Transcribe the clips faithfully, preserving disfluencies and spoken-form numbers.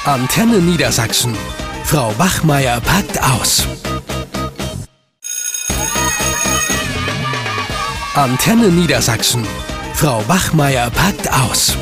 Antenne Niedersachsen. Frau Wachmeier packt aus. Antenne Niedersachsen. Frau Wachmeier packt aus.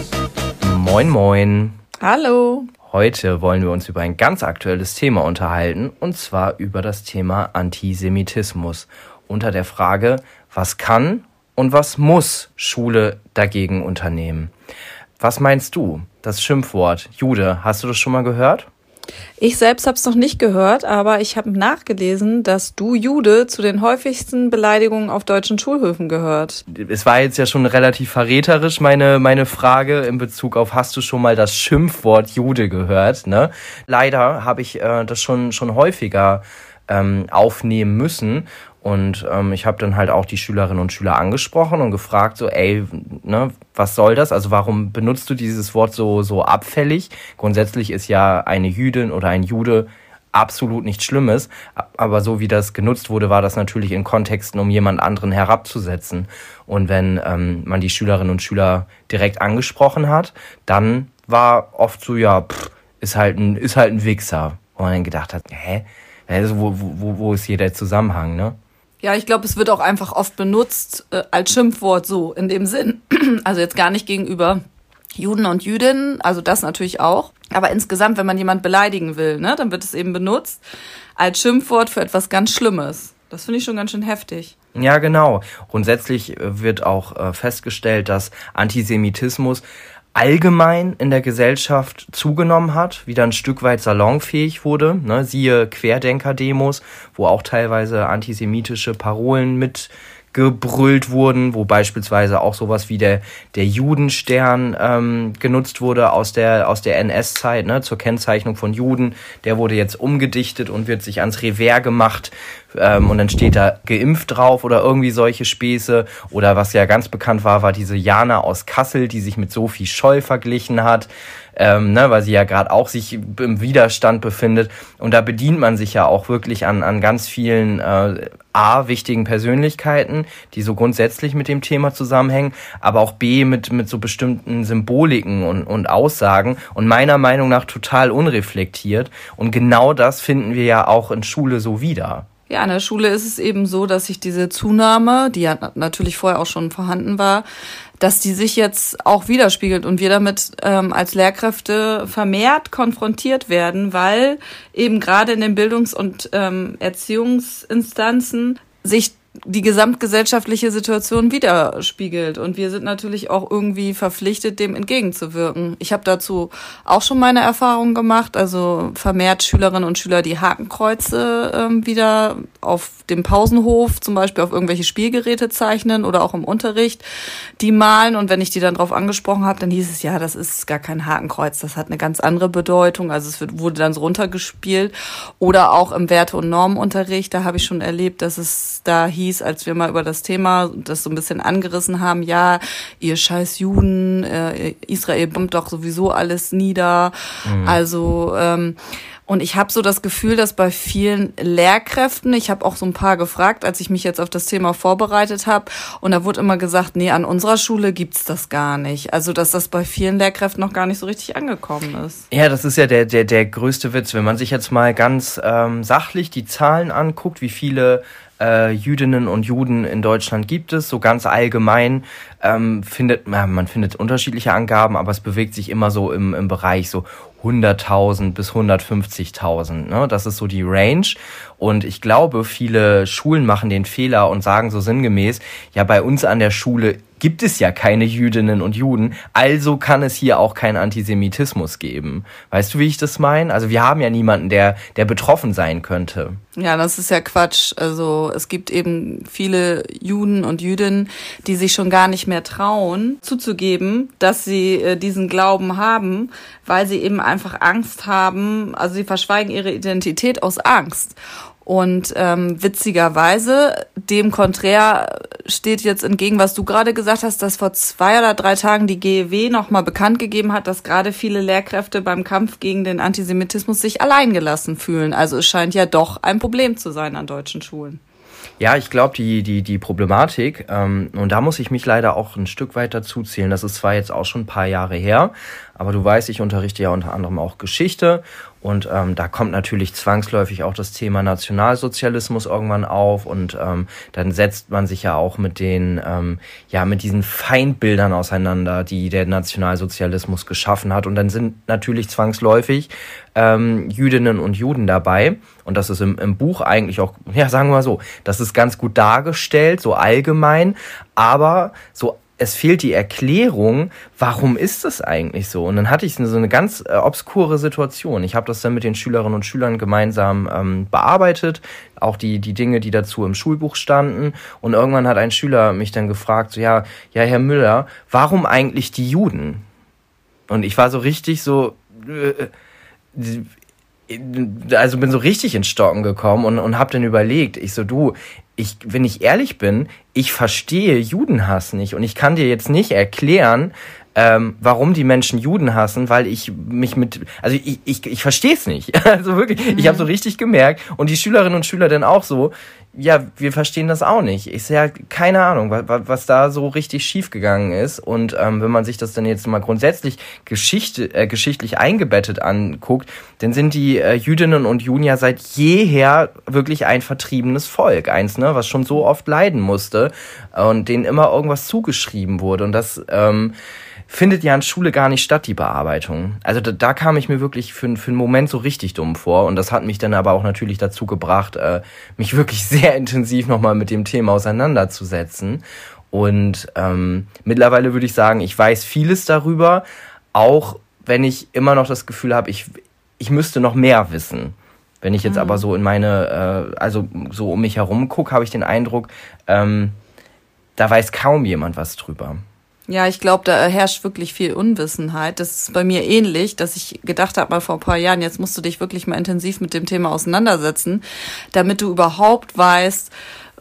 Moin moin. Hallo. Heute wollen wir uns über ein ganz aktuelles Thema unterhalten, und zwar über das Thema Antisemitismus. Unter der Frage, was kann und was muss Schule dagegen unternehmen? Was meinst du? Das Schimpfwort Jude, hast du das schon mal gehört? Ich selbst habe es noch nicht gehört, aber ich habe nachgelesen, dass du Jude zu den häufigsten Beleidigungen auf deutschen Schulhöfen gehört. Es war jetzt ja schon relativ verräterisch, meine, meine Frage in Bezug auf, hast du schon mal das Schimpfwort Jude gehört? Ne? Leider habe ich äh, das schon, schon häufiger ähm, aufnehmen müssen. Und ähm, ich habe dann halt auch die Schülerinnen und Schüler angesprochen und gefragt, so, ey, ne, was soll das? Also warum benutzt du dieses Wort so so abfällig? Grundsätzlich ist ja eine Jüdin oder ein Jude absolut nichts Schlimmes. Aber so wie das genutzt wurde, war das natürlich in Kontexten, um jemand anderen herabzusetzen. Und wenn ähm, man die Schülerinnen und Schüler direkt angesprochen hat, dann war oft so, ja, pff, ist halt ein, ist halt ein Wichser. Und man dann gedacht hat, hä? Also wo, wo, wo ist hier der Zusammenhang, ne? Ja, ich glaube, es wird auch einfach oft benutzt äh, als Schimpfwort so in dem Sinn. Also jetzt gar nicht gegenüber Juden und Jüdinnen, also das natürlich auch. Aber insgesamt, wenn man jemand beleidigen will, ne, dann wird es eben benutzt als Schimpfwort für etwas ganz Schlimmes. Das finde ich schon ganz schön heftig. Ja, genau. Grundsätzlich wird auch äh, festgestellt, dass Antisemitismus allgemein in der Gesellschaft zugenommen hat, wieder ein Stück weit salonfähig wurde, ne, siehe Querdenker-Demos, wo auch teilweise antisemitische Parolen mitgebrüllt wurden, wo beispielsweise auch sowas wie der der Judenstern ähm, genutzt wurde aus der aus der N S-Zeit, ne, zur Kennzeichnung von Juden. Der wurde jetzt umgedichtet und wird sich ans Revers gemacht. Ähm, und dann steht da geimpft drauf oder irgendwie solche Späße. Oder was ja ganz bekannt war, war diese Jana aus Kassel, die sich mit Sophie Scholl verglichen hat, ähm, ne, weil sie ja gerade auch sich im Widerstand befindet. Und da bedient man sich ja auch wirklich an, an ganz vielen äh, A, wichtigen Persönlichkeiten, die so grundsätzlich mit dem Thema zusammenhängen, aber auch B, mit, mit so bestimmten Symboliken und, und Aussagen und meiner Meinung nach total unreflektiert. Und genau das finden wir ja auch in Schule so wieder. Ja, an der Schule ist es eben so, dass sich diese Zunahme, die ja natürlich vorher auch schon vorhanden war, dass die sich jetzt auch widerspiegelt und wir damit ähm, als Lehrkräfte vermehrt konfrontiert werden, weil eben gerade in den Bildungs- und ähm, Erziehungsinstanzen sich die gesamtgesellschaftliche Situation widerspiegelt. Und wir sind natürlich auch irgendwie verpflichtet, dem entgegenzuwirken. Ich habe dazu auch schon meine Erfahrungen gemacht, also vermehrt Schülerinnen und Schüler, die Hakenkreuze ähm, wieder auf dem Pausenhof zum Beispiel auf irgendwelche Spielgeräte zeichnen oder auch im Unterricht die malen. Und wenn ich die dann drauf angesprochen habe, dann hieß es, ja, das ist gar kein Hakenkreuz, das hat eine ganz andere Bedeutung. Also es wird, wurde dann so runtergespielt. Oder auch im Werte- und Normenunterricht, da habe ich schon erlebt, dass es da hieß, als wir mal über das Thema das so ein bisschen angerissen haben, ja, ihr scheiß Juden, äh, Israel bombt doch sowieso alles nieder. Mhm. Also ähm, und ich habe so das Gefühl, dass bei vielen Lehrkräften, ich habe auch so ein paar gefragt, als ich mich jetzt auf das Thema vorbereitet habe, und da wurde immer gesagt, nee, an unserer Schule gibt's das gar nicht. Also dass das bei vielen Lehrkräften noch gar nicht so richtig angekommen ist. Ja, das ist ja der der der größte Witz, wenn man sich jetzt mal ganz ähm, sachlich die Zahlen anguckt, wie viele Äh, Jüdinnen und Juden in Deutschland gibt es, so ganz allgemein ähm, findet man, man findet unterschiedliche Angaben, aber es bewegt sich immer so im, im Bereich so hunderttausend bis hundertfünfzigtausend, ne? Das ist so die Range. Und ich glaube, viele Schulen machen den Fehler und sagen so sinngemäß, ja, bei uns an der Schule gibt es ja keine Jüdinnen und Juden, also kann es hier auch keinen Antisemitismus geben. Weißt du, wie ich das meine? Also wir haben ja niemanden, der der betroffen sein könnte. Ja, das ist ja Quatsch. Also es gibt eben viele Juden und Jüdinnen, die sich schon gar nicht mehr trauen, zuzugeben, dass sie äh, diesen Glauben haben, weil sie eben einfach Angst haben. Also sie verschweigen ihre Identität aus Angst. Und ähm, witzigerweise, dem konträr steht jetzt entgegen, was du gerade gesagt hast, dass vor zwei oder drei Tagen die G E W nochmal bekannt gegeben hat, dass gerade viele Lehrkräfte beim Kampf gegen den Antisemitismus sich alleingelassen fühlen. Also es scheint ja doch ein Problem zu sein an deutschen Schulen. Ja, ich glaube, die die die Problematik, ähm, und da muss ich mich leider auch ein Stück weit dazu zählen, das ist zwar jetzt auch schon ein paar Jahre her, Aber du weißt, ich unterrichte ja unter anderem auch Geschichte und ähm, da kommt natürlich zwangsläufig auch das Thema Nationalsozialismus irgendwann auf und ähm, dann setzt man sich ja auch mit den, ähm, ja, mit diesen Feindbildern auseinander, die der Nationalsozialismus geschaffen hat und dann sind natürlich zwangsläufig ähm, Jüdinnen und Juden dabei und das ist im, im Buch eigentlich auch, ja, sagen wir mal so, das ist ganz gut dargestellt, so allgemein, aber so es fehlt die Erklärung, warum ist das eigentlich so? Und dann hatte ich so eine ganz äh, obskure Situation. Ich habe das dann mit den Schülerinnen und Schülern gemeinsam ähm, bearbeitet, auch die die Dinge, die dazu im Schulbuch standen. Und irgendwann hat ein Schüler mich dann gefragt, so, ja, ja, Herr Müller, warum eigentlich die Juden? Und ich war so richtig so... Äh, also bin so richtig ins Stocken gekommen und, und habe dann überlegt, ich so, du, ich, wenn ich ehrlich bin, ich verstehe Judenhass nicht und ich kann dir jetzt nicht erklären, ähm, warum die Menschen Juden hassen, weil ich mich mit, also ich, ich, ich verstehe es nicht. Also wirklich, mhm. Ich habe so richtig gemerkt und die Schülerinnen und Schüler dann auch so, ja, wir verstehen das auch nicht. Ich sehe keine Ahnung, was, was da so richtig schief gegangen ist. Und ähm, wenn man sich das dann jetzt mal grundsätzlich Geschichte, äh, geschichtlich eingebettet anguckt, dann sind die äh, Jüdinnen und Juden ja seit jeher wirklich ein vertriebenes Volk. Eins, ne, was schon so oft leiden musste und denen immer irgendwas zugeschrieben wurde. Und das ähm, findet ja in Schule gar nicht statt, die Bearbeitung. Also da, da kam ich mir wirklich für, für einen Moment so richtig dumm vor. Und das hat mich dann aber auch natürlich dazu gebracht, äh, mich wirklich sehr intensiv nochmal mit dem Thema auseinanderzusetzen. Und ähm, mittlerweile würde ich sagen, ich weiß vieles darüber, auch wenn ich immer noch das Gefühl habe, ich, ich müsste noch mehr wissen. Wenn ich jetzt mhm. aber so in meine, äh, also so um mich herum gucke, habe ich den Eindruck, ähm, da weiß kaum jemand was drüber. Ja, ich glaube, da herrscht wirklich viel Unwissenheit. Das ist bei mir ähnlich, dass ich gedacht habe mal vor ein paar Jahren, jetzt musst du dich wirklich mal intensiv mit dem Thema auseinandersetzen, damit du überhaupt weißt,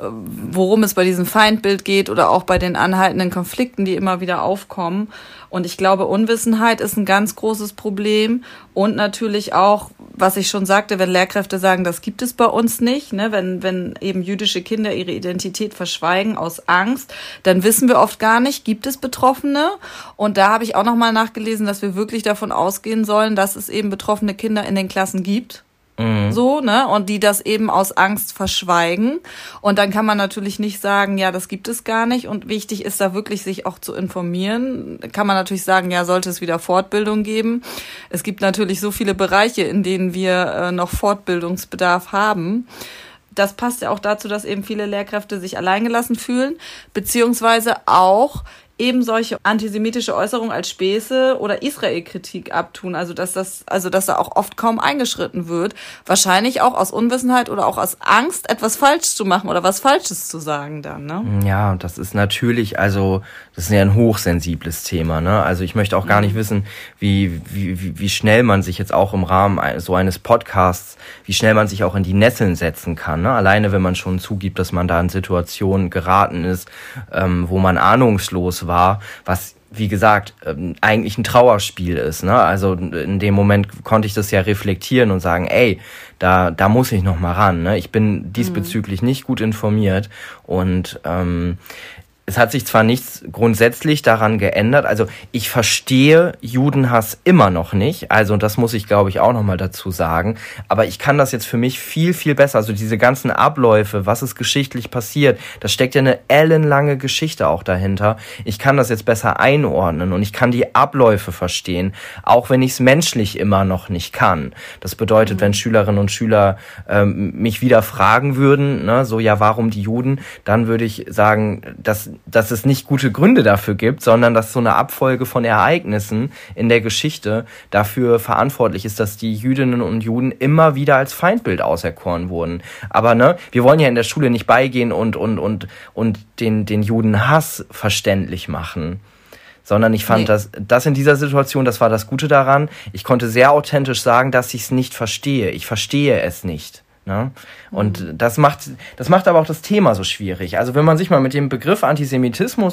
worum es bei diesem Feindbild geht oder auch bei den anhaltenden Konflikten, die immer wieder aufkommen. Und ich glaube, Unwissenheit ist ein ganz großes Problem. Und natürlich auch, was ich schon sagte, wenn Lehrkräfte sagen, das gibt es bei uns nicht, ne, wenn, wenn eben jüdische Kinder ihre Identität verschweigen aus Angst, dann wissen wir oft gar nicht, gibt es Betroffene? Und da habe ich auch nochmal nachgelesen, dass wir wirklich davon ausgehen sollen, dass es eben betroffene Kinder in den Klassen gibt. Mhm. So, ne, und die das eben aus Angst verschweigen. Und dann kann man natürlich nicht sagen, ja, das gibt es gar nicht. Und wichtig ist da wirklich, sich auch zu informieren. Kann man natürlich sagen, ja, sollte es wieder Fortbildung geben. Es gibt natürlich so viele Bereiche, in denen wir äh, noch Fortbildungsbedarf haben. Das passt ja auch dazu, dass eben viele Lehrkräfte sich alleingelassen fühlen, beziehungsweise auch eben solche antisemitische Äußerungen als Späße oder Israel-Kritik abtun. Also dass das, also dass da auch oft kaum eingeschritten wird. Wahrscheinlich auch aus Unwissenheit oder auch aus Angst, etwas falsch zu machen oder was Falsches zu sagen dann, ne? Ja, das ist natürlich, also das ist ja ein hochsensibles Thema, ne? Also ich möchte auch gar nicht wissen, wie wie wie schnell man sich jetzt auch im Rahmen so eines Podcasts, wie schnell man sich auch in die Nesseln setzen kann, ne? Alleine wenn man schon zugibt, dass man da in Situationen geraten ist, ähm, wo man ahnungslos war, was, wie gesagt, ähm, eigentlich ein Trauerspiel ist, ne? Also in dem Moment konnte ich das ja reflektieren und sagen, ey, da da muss ich noch mal ran, ne? Ich bin diesbezüglich mhm. nicht gut informiert und ähm, es hat sich zwar nichts grundsätzlich daran geändert, also ich verstehe Judenhass immer noch nicht, also das muss ich, glaube ich, auch nochmal dazu sagen, aber ich kann das jetzt für mich viel, viel besser, also diese ganzen Abläufe, was ist geschichtlich passiert, da steckt ja eine ellenlange Geschichte auch dahinter, ich kann das jetzt besser einordnen und ich kann die Abläufe verstehen, auch wenn ich es menschlich immer noch nicht kann. Das bedeutet, mhm. wenn Schülerinnen und Schüler ähm, mich wieder fragen würden, ne, so ja, warum die Juden, dann würde ich sagen, dass dass es nicht gute Gründe dafür gibt, sondern dass so eine Abfolge von Ereignissen in der Geschichte dafür verantwortlich ist, dass die Jüdinnen und Juden immer wieder als Feindbild auserkoren wurden. Aber ne, wir wollen ja in der Schule nicht beigehen und und und und den den Judenhass verständlich machen. Sondern ich fand, nee. dass das in dieser Situation, das war das Gute daran, ich konnte sehr authentisch sagen, dass ich es nicht verstehe. Ich verstehe es nicht. Ne? Und das macht, das macht aber auch das Thema so schwierig. Also wenn man sich mal mit dem Begriff Antisemitismus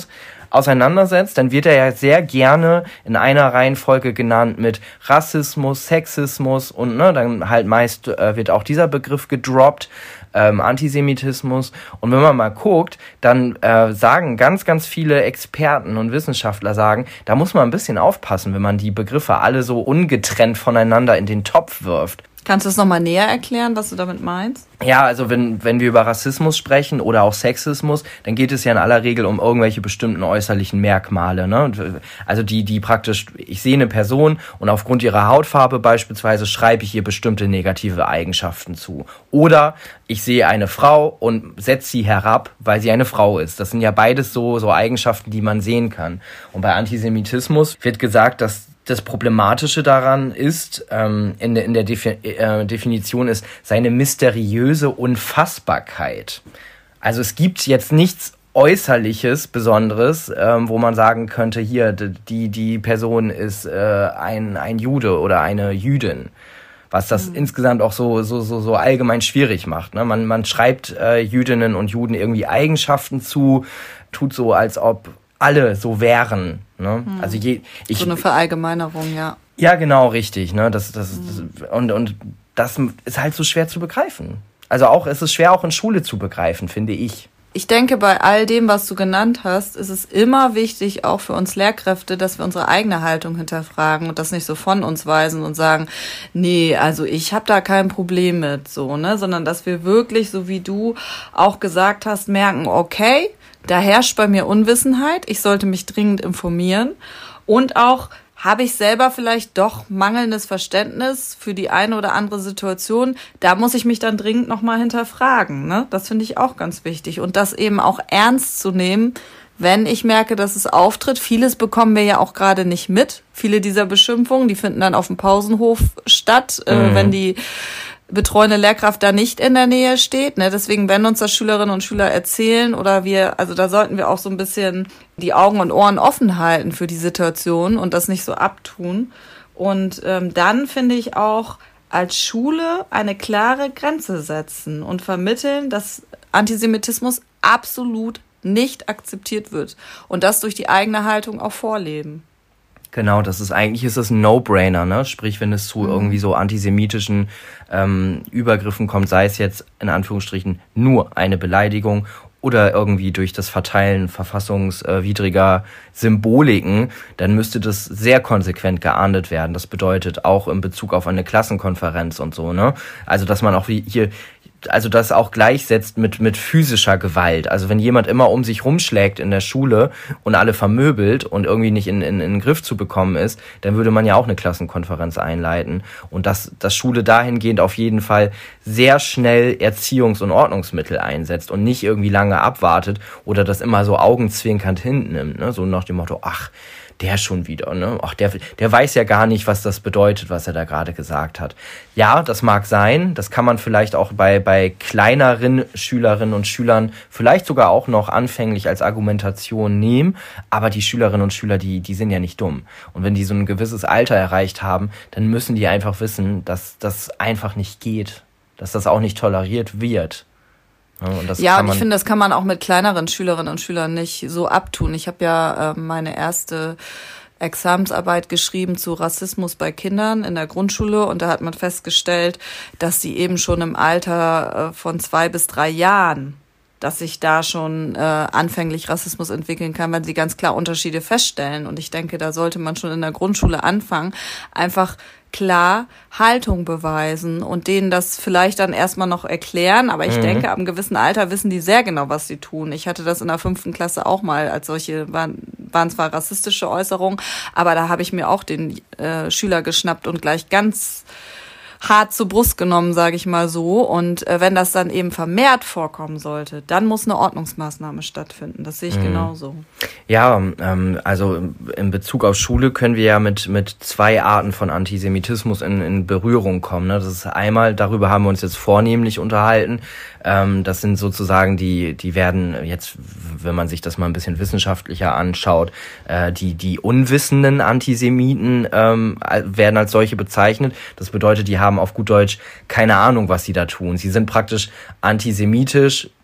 auseinandersetzt, dann wird er ja sehr gerne in einer Reihenfolge genannt mit Rassismus, Sexismus und ne, dann halt meist äh, wird auch dieser Begriff gedroppt, ähm, Antisemitismus. Und wenn man mal guckt, dann äh, sagen ganz, ganz viele Experten und Wissenschaftler sagen, da muss man ein bisschen aufpassen, wenn man die Begriffe alle so ungetrennt voneinander in den Topf wirft. Kannst du es nochmal näher erklären, was du damit meinst? Ja, also wenn wenn wir über Rassismus sprechen oder auch Sexismus, dann geht es ja in aller Regel um irgendwelche bestimmten äußerlichen Merkmale, ne? Also die die praktisch, ich sehe eine Person und aufgrund ihrer Hautfarbe beispielsweise schreibe ich ihr bestimmte negative Eigenschaften zu. Oder ich sehe eine Frau und setze sie herab, weil sie eine Frau ist. Das sind ja beides so so Eigenschaften, die man sehen kann. Und bei Antisemitismus wird gesagt, dass das Problematische daran ist, ähm, in der, in der Defi- äh, Definition ist seine mysteriöse Unfassbarkeit. Also es gibt jetzt nichts Äußerliches Besonderes, ähm, wo man sagen könnte, hier, die, die Person ist äh, ein, ein Jude oder eine Jüdin. Was das mhm. insgesamt auch so, so, so, so allgemein schwierig macht. Ne? Man, man schreibt äh, Jüdinnen und Juden irgendwie Eigenschaften zu, tut so, als ob alle so wären. Ne? Hm. Also je, ich, so eine Verallgemeinerung, ja. Ja, genau, richtig. Ne? Das, das, hm. das, und, und das ist halt so schwer zu begreifen. Also auch, es ist schwer auch in Schule zu begreifen, finde ich. Ich denke, bei all dem, was du genannt hast, ist es immer wichtig, auch für uns Lehrkräfte, dass wir unsere eigene Haltung hinterfragen und das nicht so von uns weisen und sagen, nee, also ich habe da kein Problem mit, so, ne, sondern dass wir wirklich, so wie du auch gesagt hast, merken, okay, da herrscht bei mir Unwissenheit, ich sollte mich dringend informieren und auch habe ich selber vielleicht doch mangelndes Verständnis für die eine oder andere Situation, da muss ich mich dann dringend nochmal hinterfragen, ne? Das finde ich auch ganz wichtig und das eben auch ernst zu nehmen, wenn ich merke, dass es auftritt. Vieles bekommen wir ja auch gerade nicht mit, viele dieser Beschimpfungen, die finden dann auf dem Pausenhof statt, mhm. äh, wenn die betreuende Lehrkraft da nicht in der Nähe steht, ne? Deswegen, wenn uns das Schülerinnen und Schüler erzählen oder wir, also da sollten wir auch so ein bisschen die Augen und Ohren offen halten für die Situation und das nicht so abtun. Und ähm, dann finde ich auch als Schule eine klare Grenze setzen und vermitteln, dass Antisemitismus absolut nicht akzeptiert wird und das durch die eigene Haltung auch vorleben. Genau, das ist eigentlich ist es ein No-Brainer, ne? Sprich, wenn es zu mhm. irgendwie so antisemitischen ähm, Übergriffen kommt, sei es jetzt in Anführungsstrichen nur eine Beleidigung oder irgendwie durch das Verteilen verfassungswidriger Symboliken, dann müsste das sehr konsequent geahndet werden. Das bedeutet auch in Bezug auf eine Klassenkonferenz und so, ne? Also, dass man auch hier also das auch gleichsetzt mit mit physischer Gewalt. Also wenn jemand immer um sich rumschlägt in der Schule und alle vermöbelt und irgendwie nicht in, in, in den Griff zu bekommen ist, dann würde man ja auch eine Klassenkonferenz einleiten. Und dass, dass Schule dahingehend auf jeden Fall sehr schnell Erziehungs- und Ordnungsmittel einsetzt und nicht irgendwie lange abwartet oder das immer so augenzwinkernd hintnimmt, ne? So nach dem Motto, ach, der schon wieder, ne? Ach, der, der weiß ja gar nicht, was das bedeutet, was er da gerade gesagt hat. Ja, das mag sein. Das kann man vielleicht auch bei, bei kleineren Schülerinnen und Schülern vielleicht sogar auch noch anfänglich als Argumentation nehmen. Aber die Schülerinnen und Schüler, die, die sind ja nicht dumm. Und wenn die so ein gewisses Alter erreicht haben, dann müssen die einfach wissen, dass das einfach nicht geht. Dass das auch nicht toleriert wird. Ja, und, das ja, kann und ich finde, das kann man auch mit kleineren Schülerinnen und Schülern nicht so abtun. Ich habe ja äh, meine erste Examensarbeit geschrieben zu Rassismus bei Kindern in der Grundschule und da hat man festgestellt, dass sie eben schon im Alter äh, von zwei bis drei Jahren, dass sich da schon äh, anfänglich Rassismus entwickeln kann, weil sie ganz klar Unterschiede feststellen. Und ich denke, da sollte man schon in der Grundschule anfangen, einfach klar Haltung beweisen und denen das vielleicht dann erstmal noch erklären. Aber ich mhm. denke, ab einem gewissen Alter wissen die sehr genau, was sie tun. Ich hatte das in der fünften Klasse auch mal, als solche waren, waren zwar rassistische Äußerungen, aber da habe ich mir auch den äh, Schüler geschnappt und gleich ganz hart zur Brust genommen, sage ich mal so. Und äh, wenn das dann eben vermehrt vorkommen sollte, dann muss eine Ordnungsmaßnahme stattfinden. Das sehe ich mhm. genauso. Ja, ähm, also in Bezug auf Schule können wir ja mit mit zwei Arten von Antisemitismus in, in Berührung kommen. Ne? Das ist einmal, darüber haben wir uns jetzt vornehmlich unterhalten. Ähm, das sind sozusagen die, die werden jetzt, wenn man sich das mal ein bisschen wissenschaftlicher anschaut, äh, die die unwissenden Antisemiten ähm, werden als solche bezeichnet. Das bedeutet, die haben auf gut Deutsch keine Ahnung, was sie da tun. Sie sind praktisch antisemitisch,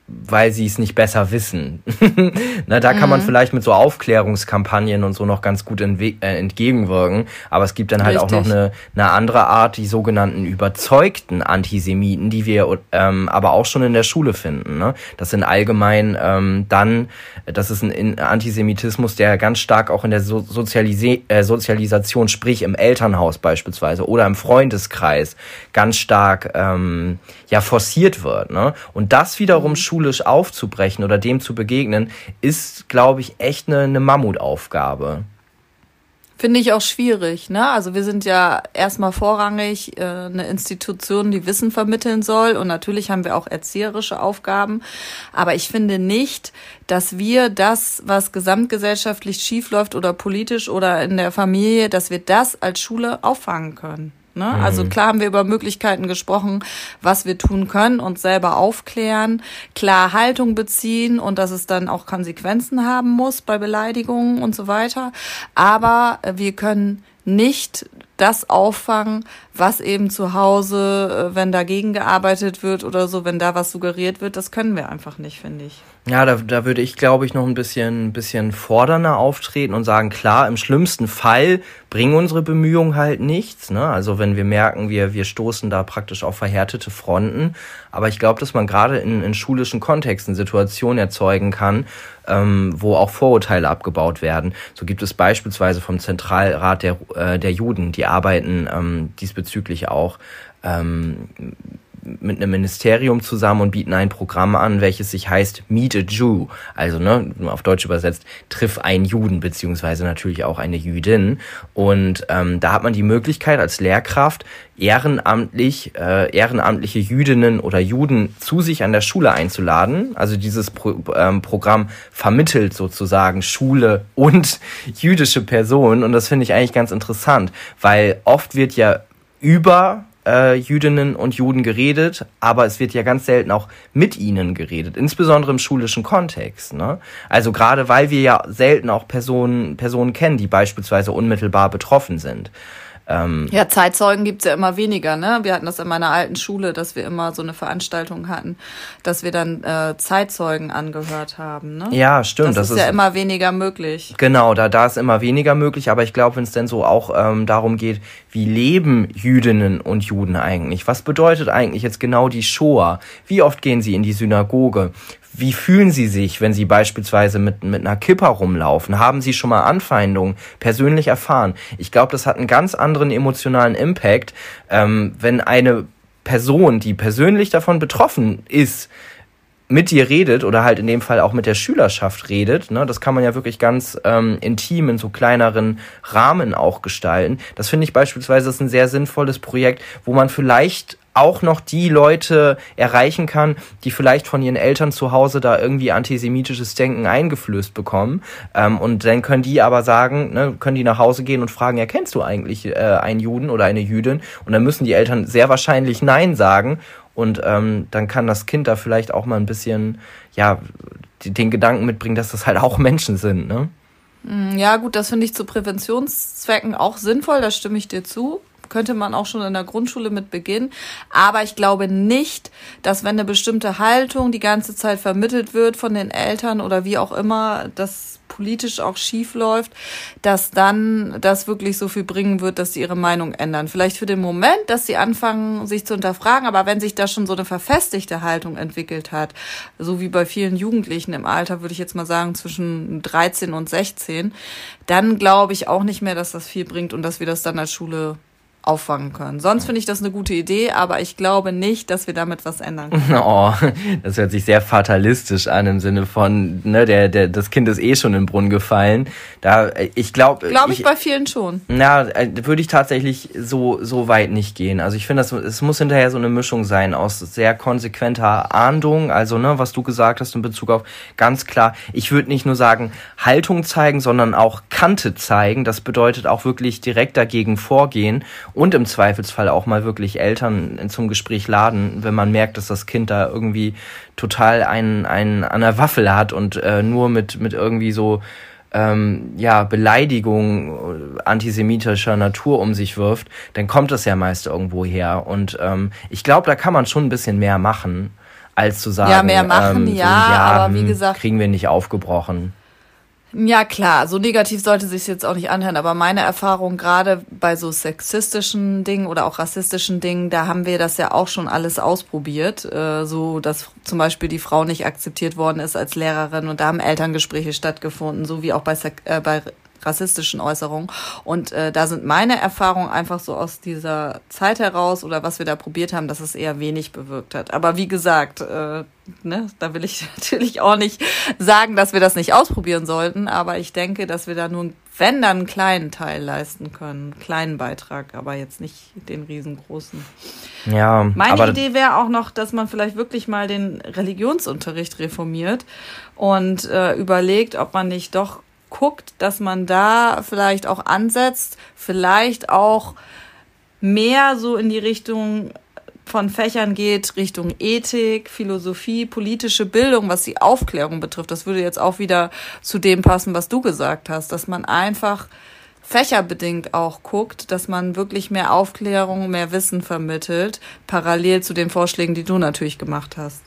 weil sie es nicht besser wissen. Na, da kann mhm. man vielleicht mit so Aufklärungskampagnen und so noch ganz gut entwe- äh, entgegenwirken. Aber es gibt dann halt Richtig. auch noch eine, eine andere Art, die sogenannten überzeugten Antisemiten, die wir ähm, aber auch schon in der Schule finden. Ne? Das sind allgemein ähm, dann, das ist ein Antisemitismus, der ganz stark auch in der so- Sozialise- äh, Sozialisation, sprich im Elternhaus beispielsweise oder im Freundeskreis, ganz stark ähm, ja forciert wird. Ne? Und das wiederum mhm. schulisch aufzubrechen oder dem zu begegnen, ist, glaube ich, echt eine, eine Mammutaufgabe. Finde ich auch schwierig, ne? Also wir sind ja erstmal vorrangig äh, eine Institution, die Wissen vermitteln soll, und natürlich haben wir auch erzieherische Aufgaben, aber ich finde nicht, dass wir das, was gesamtgesellschaftlich schiefläuft oder politisch oder in der Familie, dass wir das als Schule auffangen können. Ne? Mhm. Also klar haben wir über Möglichkeiten gesprochen, was wir tun können, uns selber aufklären, klar Haltung beziehen und dass es dann auch Konsequenzen haben muss bei Beleidigungen und so weiter. Aber wir können nicht das auffangen, was eben zu Hause, wenn dagegen gearbeitet wird oder so, wenn da was suggeriert wird, das können wir einfach nicht, finde ich. Ja, da, da würde ich, glaube ich, noch ein bisschen, bisschen fordernder auftreten und sagen, klar, im schlimmsten Fall bringen unsere Bemühungen halt nichts, ne? Also wenn wir merken, wir, wir stoßen da praktisch auf verhärtete Fronten. Aber ich glaube, dass man gerade in, in schulischen Kontexten Situationen erzeugen kann, ähm, wo auch Vorurteile abgebaut werden. So gibt es beispielsweise vom Zentralrat der, äh, der Juden, die arbeiten ähm, diesbezüglich auch ähm, mit einem Ministerium zusammen und bieten ein Programm an, welches sich heißt Meet a Jew, also ne, auf Deutsch übersetzt, triff einen Juden, beziehungsweise natürlich auch eine Jüdin. Und ähm, da hat man die Möglichkeit als Lehrkraft ehrenamtlich äh, ehrenamtliche Jüdinnen oder Juden zu sich an der Schule einzuladen. Also dieses Pro- ähm, Programm vermittelt sozusagen Schule und jüdische Personen, und das finde ich eigentlich ganz interessant, weil oft wird ja über Äh, Jüdinnen und Juden geredet, aber es wird ja ganz selten auch mit ihnen geredet, insbesondere im schulischen Kontext. Ne? Also gerade weil wir ja selten auch Personen, Personen kennen, die beispielsweise unmittelbar betroffen sind. Ähm ja, Zeitzeugen gibt's ja immer weniger, ne? Wir hatten das in meiner alten Schule, dass wir immer so eine Veranstaltung hatten, dass wir dann äh, Zeitzeugen angehört haben, ne? Ja, stimmt. Das, das ist, ist ja immer weniger möglich. Genau, da, da ist immer weniger möglich, aber ich glaube, wenn es denn so auch ähm, darum geht, wie leben Jüdinnen und Juden eigentlich? Was bedeutet eigentlich jetzt genau die Shoah? Wie oft gehen sie in die Synagoge? Wie fühlen Sie sich, wenn Sie beispielsweise mit, mit einer Kippa rumlaufen? Haben Sie schon mal Anfeindungen persönlich erfahren? Ich glaube, das hat einen ganz anderen emotionalen Impact, ähm, wenn eine Person, die persönlich davon betroffen ist, mit dir redet oder halt in dem Fall auch mit der Schülerschaft redet. Ne? Das kann man ja wirklich ganz ähm, intim in so kleineren Rahmen auch gestalten. Das finde ich beispielsweise ist ein sehr sinnvolles Projekt, wo man vielleicht auch noch die Leute erreichen kann, die vielleicht von ihren Eltern zu Hause da irgendwie antisemitisches Denken eingeflößt bekommen. Ähm, und dann können die aber sagen, ne, können die nach Hause gehen und fragen, ja, kennst du eigentlich äh, einen Juden oder eine Jüdin? Und dann müssen die Eltern sehr wahrscheinlich Nein sagen. Und ähm, dann kann das Kind da vielleicht auch mal ein bisschen, ja, den Gedanken mitbringen, dass das halt auch Menschen sind, ne? Ja, gut, das finde ich zu Präventionszwecken auch sinnvoll, da stimme ich dir zu. Könnte man auch schon in der Grundschule mit beginnen. Aber ich glaube nicht, dass wenn eine bestimmte Haltung die ganze Zeit vermittelt wird von den Eltern oder wie auch immer, das politisch auch schief läuft, dass dann das wirklich so viel bringen wird, dass sie ihre Meinung ändern. Vielleicht für den Moment, dass sie anfangen, sich zu hinterfragen, aber wenn sich da schon so eine verfestigte Haltung entwickelt hat, so wie bei vielen Jugendlichen im Alter, würde ich jetzt mal sagen, zwischen dreizehn und sechzehn, dann glaube ich auch nicht mehr, dass das viel bringt und dass wir das dann als Schule auffangen können. Sonst finde ich das eine gute Idee, aber ich glaube nicht, dass wir damit was ändern können. Oh, das hört sich sehr fatalistisch an im Sinne von, ne, der, der, das Kind ist eh schon in den Brunnen gefallen. Da, ich glaube, glaube ich, ich bei vielen schon. Na, würde ich tatsächlich so, so weit nicht gehen. Also ich finde, es muss hinterher so eine Mischung sein aus sehr konsequenter Ahndung, also, ne, was du gesagt hast in Bezug auf, ganz klar, ich würde nicht nur sagen, Haltung zeigen, sondern auch Kante zeigen. Das bedeutet auch wirklich direkt dagegen vorgehen. Und im Zweifelsfall auch mal wirklich Eltern zum Gespräch laden, wenn man merkt, dass das Kind da irgendwie total einen, einen an der Waffel hat und äh, nur mit, mit irgendwie so ähm, ja, Beleidigung antisemitischer Natur um sich wirft, dann kommt das ja meist irgendwo her. Und ähm, ich glaube, da kann man schon ein bisschen mehr machen. als zu sagen, ja, mehr machen, ähm, ja, so, ja, aber wie hm, gesagt, kriegen wir nicht aufgebrochen. Ja, klar, so negativ sollte sich jetzt auch nicht anhören, aber meine Erfahrung gerade bei so sexistischen Dingen oder auch rassistischen Dingen, da haben wir das ja auch schon alles ausprobiert, äh, so dass zum Beispiel die Frau nicht akzeptiert worden ist als Lehrerin und da haben Elterngespräche stattgefunden, so wie auch bei, äh, bei rassistischen Äußerungen. Und äh, da sind meine Erfahrungen einfach so aus dieser Zeit heraus oder was wir da probiert haben, dass es eher wenig bewirkt hat. Aber wie gesagt, äh, ne, da will ich natürlich auch nicht sagen, dass wir das nicht ausprobieren sollten, aber ich denke, dass wir da nur, wenn dann, einen kleinen Teil leisten können, einen kleinen Beitrag, aber jetzt nicht den riesengroßen. Ja, Meine aber Idee wäre auch noch, dass man vielleicht wirklich mal den Religionsunterricht reformiert und äh, überlegt, ob man nicht doch guckt, dass man da vielleicht auch ansetzt, vielleicht auch mehr so in die Richtung von Fächern geht, Richtung Ethik, Philosophie, politische Bildung, was die Aufklärung betrifft. Das würde jetzt auch wieder zu dem passen, was du gesagt hast, dass man einfach fächerbedingt auch guckt, dass man wirklich mehr Aufklärung, mehr Wissen vermittelt, parallel zu den Vorschlägen, die du natürlich gemacht hast.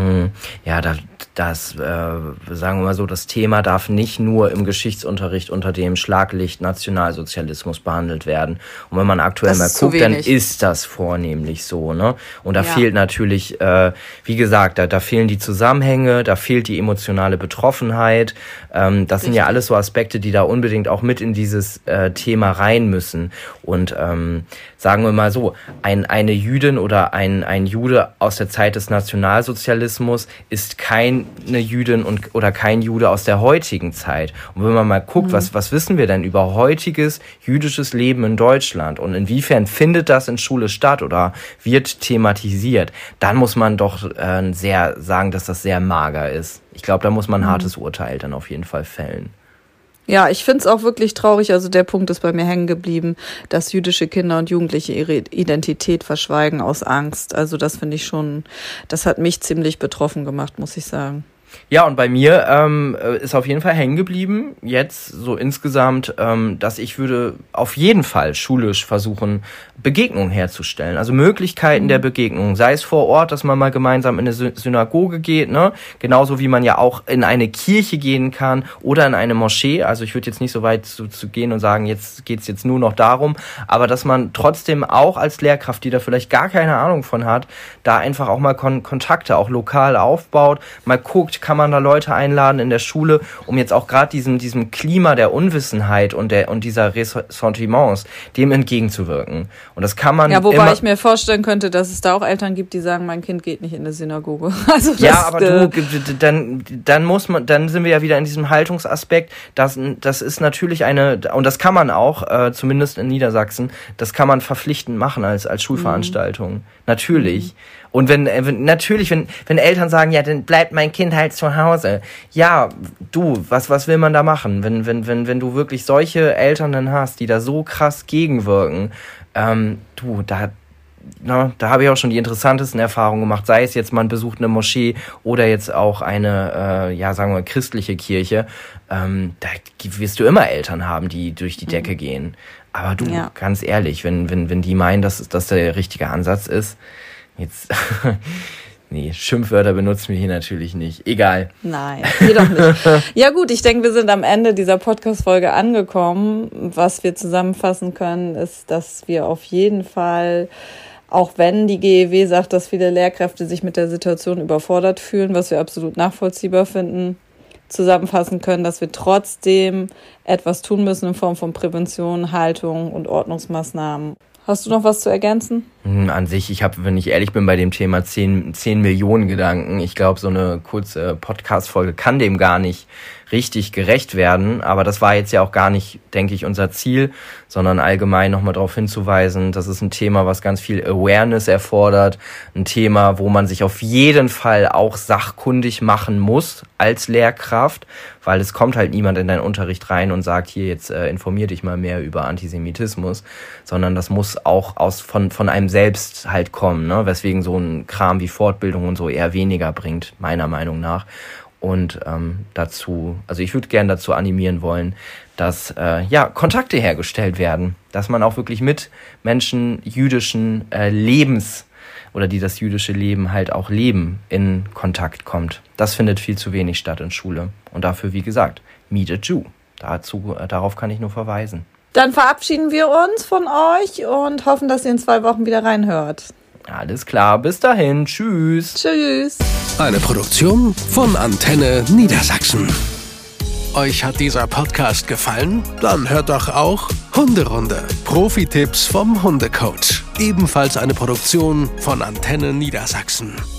Ja, das, das äh, sagen wir mal so, das Thema darf nicht nur im Geschichtsunterricht unter dem Schlaglicht Nationalsozialismus behandelt werden. Und wenn man aktuell mal guckt, dann ist das vornehmlich so, ne? Und da ja. fehlt natürlich, äh, wie gesagt, da, da fehlen die Zusammenhänge, da fehlt die emotionale Betroffenheit. Ähm, das Richtig. Sind ja alles so Aspekte, die da unbedingt auch mit in dieses äh, Thema rein müssen. Und ähm, sagen wir mal so, ein, eine Jüdin oder ein, ein Jude aus der Zeit des Nationalsozialismus ist keine Jüdin und oder kein Jude aus der heutigen Zeit. Und wenn man mal guckt, mhm. was, was wissen wir denn über heutiges jüdisches Leben in Deutschland und inwiefern findet das in Schule statt oder wird thematisiert, dann muss man doch äh, sehr sagen, dass das sehr mager ist. Ich glaube, da muss man ein mhm. hartes Urteil dann auf jeden Fall fällen. Ja, ich find's auch wirklich traurig, also der Punkt ist bei mir hängen geblieben, dass jüdische Kinder und Jugendliche ihre Identität verschweigen aus Angst. Also das finde ich schon, das hat mich ziemlich betroffen gemacht, muss ich sagen. Ja, und bei mir ähm, ist auf jeden Fall hängen geblieben, jetzt so insgesamt, ähm, dass ich würde auf jeden Fall schulisch versuchen, Begegnungen herzustellen, also Möglichkeiten mhm. der Begegnung, sei es vor Ort, dass man mal gemeinsam in eine Synagoge geht, ne, genauso wie man ja auch in eine Kirche gehen kann oder in eine Moschee, also ich würde jetzt nicht so weit zu, zu gehen und sagen, jetzt geht's jetzt nur noch darum, aber dass man trotzdem auch als Lehrkraft, die da vielleicht gar keine Ahnung von hat, da einfach auch mal Kon- Kontakte auch lokal aufbaut, mal guckt, kann man da Leute einladen in der Schule, um jetzt auch gerade diesem, diesem Klima der Unwissenheit und der und dieser Ressentiments dem entgegenzuwirken. Und das kann man Ja, wobei immer, ich mir vorstellen könnte, dass es da auch Eltern gibt, die sagen, mein Kind geht nicht in eine Synagoge. Also das, ja, aber äh, du, dann, dann muss man, dann sind wir ja wieder in diesem Haltungsaspekt, das, das ist natürlich eine, und das kann man auch, äh, zumindest in Niedersachsen, das kann man verpflichtend machen als, als Schulveranstaltung. Mhm. Natürlich. Mhm. Und wenn, wenn natürlich, wenn, wenn Eltern sagen, ja, dann bleibt mein Kind halt zu Hause. Ja, du, was, was will man da machen? Wenn, wenn, wenn, wenn du wirklich solche Eltern dann hast, die da so krass gegenwirken, ähm, du, da, na, da habe ich auch schon die interessantesten Erfahrungen gemacht, sei es jetzt, man besucht eine Moschee oder jetzt auch eine, äh, ja, sagen wir mal, christliche Kirche. Ähm, da wirst du immer Eltern haben, die durch die Decke mhm. gehen. Aber du, ja. ganz ehrlich, wenn, wenn, wenn die meinen, dass das der richtige Ansatz ist, jetzt, nee, Schimpfwörter benutzen wir hier natürlich nicht. Egal. Nein, hier doch nicht. Ja gut, ich denke, wir sind am Ende dieser Podcast-Folge angekommen. Was wir zusammenfassen können, ist, dass wir auf jeden Fall, auch wenn die G E W sagt, dass viele Lehrkräfte sich mit der Situation überfordert fühlen, was wir absolut nachvollziehbar finden, zusammenfassen können, dass wir trotzdem etwas tun müssen in Form von Prävention, Haltung und Ordnungsmaßnahmen. Hast du noch was zu ergänzen? An sich, ich habe, wenn ich ehrlich bin, bei dem Thema zehn Millionen Gedanken. Ich glaube, so eine kurze Podcast-Folge kann dem gar nicht richtig gerecht werden. Aber das war jetzt ja auch gar nicht, denke ich, unser Ziel, sondern allgemein nochmal darauf hinzuweisen, das ist ein Thema, was ganz viel Awareness erfordert. Ein Thema, wo man sich auf jeden Fall auch sachkundig machen muss als Lehrkraft, weil es kommt halt niemand in deinen Unterricht rein und sagt, hier, jetzt äh, informier dich mal mehr über Antisemitismus, sondern das muss auch aus von von einem selbst halt kommen, ne? Weswegen so ein Kram wie Fortbildung und so eher weniger bringt, meiner Meinung nach. Und ähm, dazu, also ich würde gerne dazu animieren wollen, dass äh, ja Kontakte hergestellt werden, dass man auch wirklich mit Menschen jüdischen äh, Lebens oder die das jüdische Leben halt auch leben, in Kontakt kommt. Das findet viel zu wenig statt in Schule. Und dafür, wie gesagt, Meet a Jew. Dazu, äh, darauf kann ich nur verweisen. Dann verabschieden wir uns von euch und hoffen, dass ihr in zwei Wochen wieder reinhört. Alles klar, bis dahin. Tschüss. Tschüss. Eine Produktion von Antenne Niedersachsen. Euch hat dieser Podcast gefallen? Dann hört doch auch Hunderunde. Profi-Tipps vom Hundecoach. Ebenfalls eine Produktion von Antenne Niedersachsen.